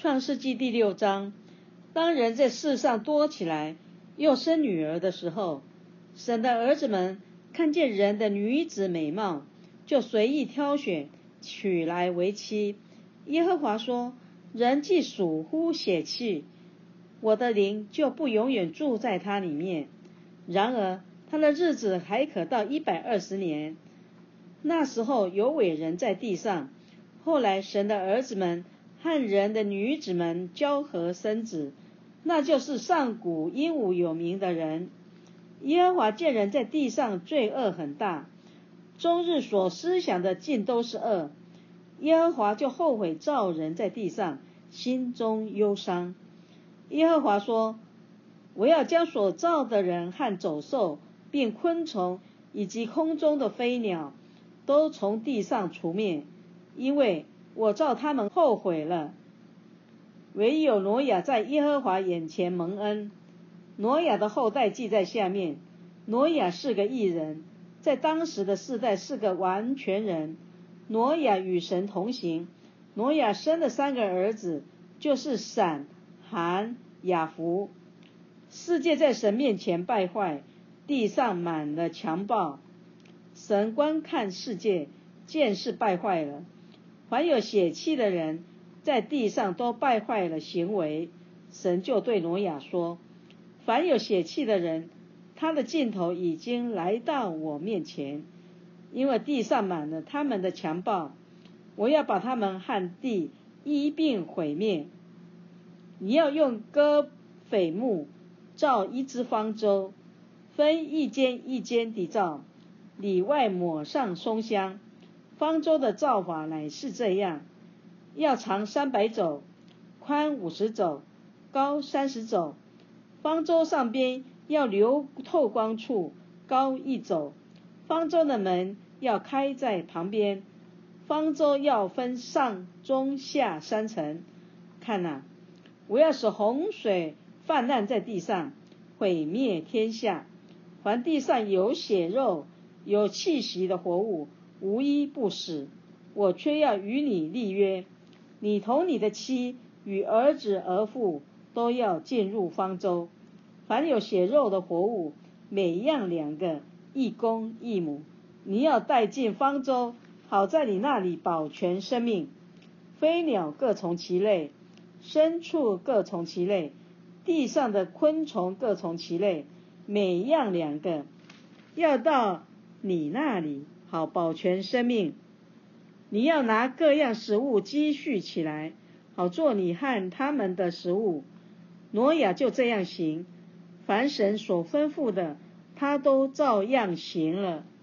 创世纪第6章，当人在世上多起来，又生女儿的时候，神的儿子们看见人的女子美貌，就随意挑选，娶来为妻。耶和华说：人既属乎血气，我的灵就不永远住在他里面。然而他的日子还可到120年。那时候有伟人在地上。后来神的儿子们和人的女子们交合生子，那就是上古英武有名的人。耶和华见人在地上罪恶很大，终日所思想的尽都是恶。耶和华就后悔造人在地上，心中忧伤。耶和华说：我要将所造的人和走兽，并昆虫以及空中的飞鸟，都从地上除灭，因为我造他们后悔了。唯有挪亚在耶和华眼前蒙恩。挪亚的后代记在下面。挪亚是个义人，在当时的世代是个完全人。挪亚与神同行。挪亚生了3个儿子，就是闪、含、雅弗。世界在神面前败坏，地上满了强暴。神观看世界，见是败坏了。凡有血气的人在地上都败坏了行为。神就对挪亚说：凡有血气的人，他的尽头已经来到我面前，因为地上满了他们的强暴，我要把他们和地一并毁灭。你要用戈斐木造一只方舟，分一间一间地造，里外抹上松香。方舟的造法乃是这样：要长300肘，宽50肘，高30肘。方舟上边要留透光处，高1肘。方舟的门要开在旁边。方舟要分上中下3层。看哪，我要使洪水泛滥在地上，毁灭天下。凡地上有血肉、有气息的活物，无一不死。我却要与你立约，你同你的妻与儿子儿妇都要进入方舟。凡有血肉的活物，每样2个，一公一母，你要带进方舟，好在你那里保全生命。飞鸟各从其类，牲畜各从其类，地上的昆虫各从其类，每样2个，要到你那里，好保全生命。你要拿各样食物积蓄起来，好做你和他们的食物。挪亚就这样行，凡神所吩咐的，他都照样行了。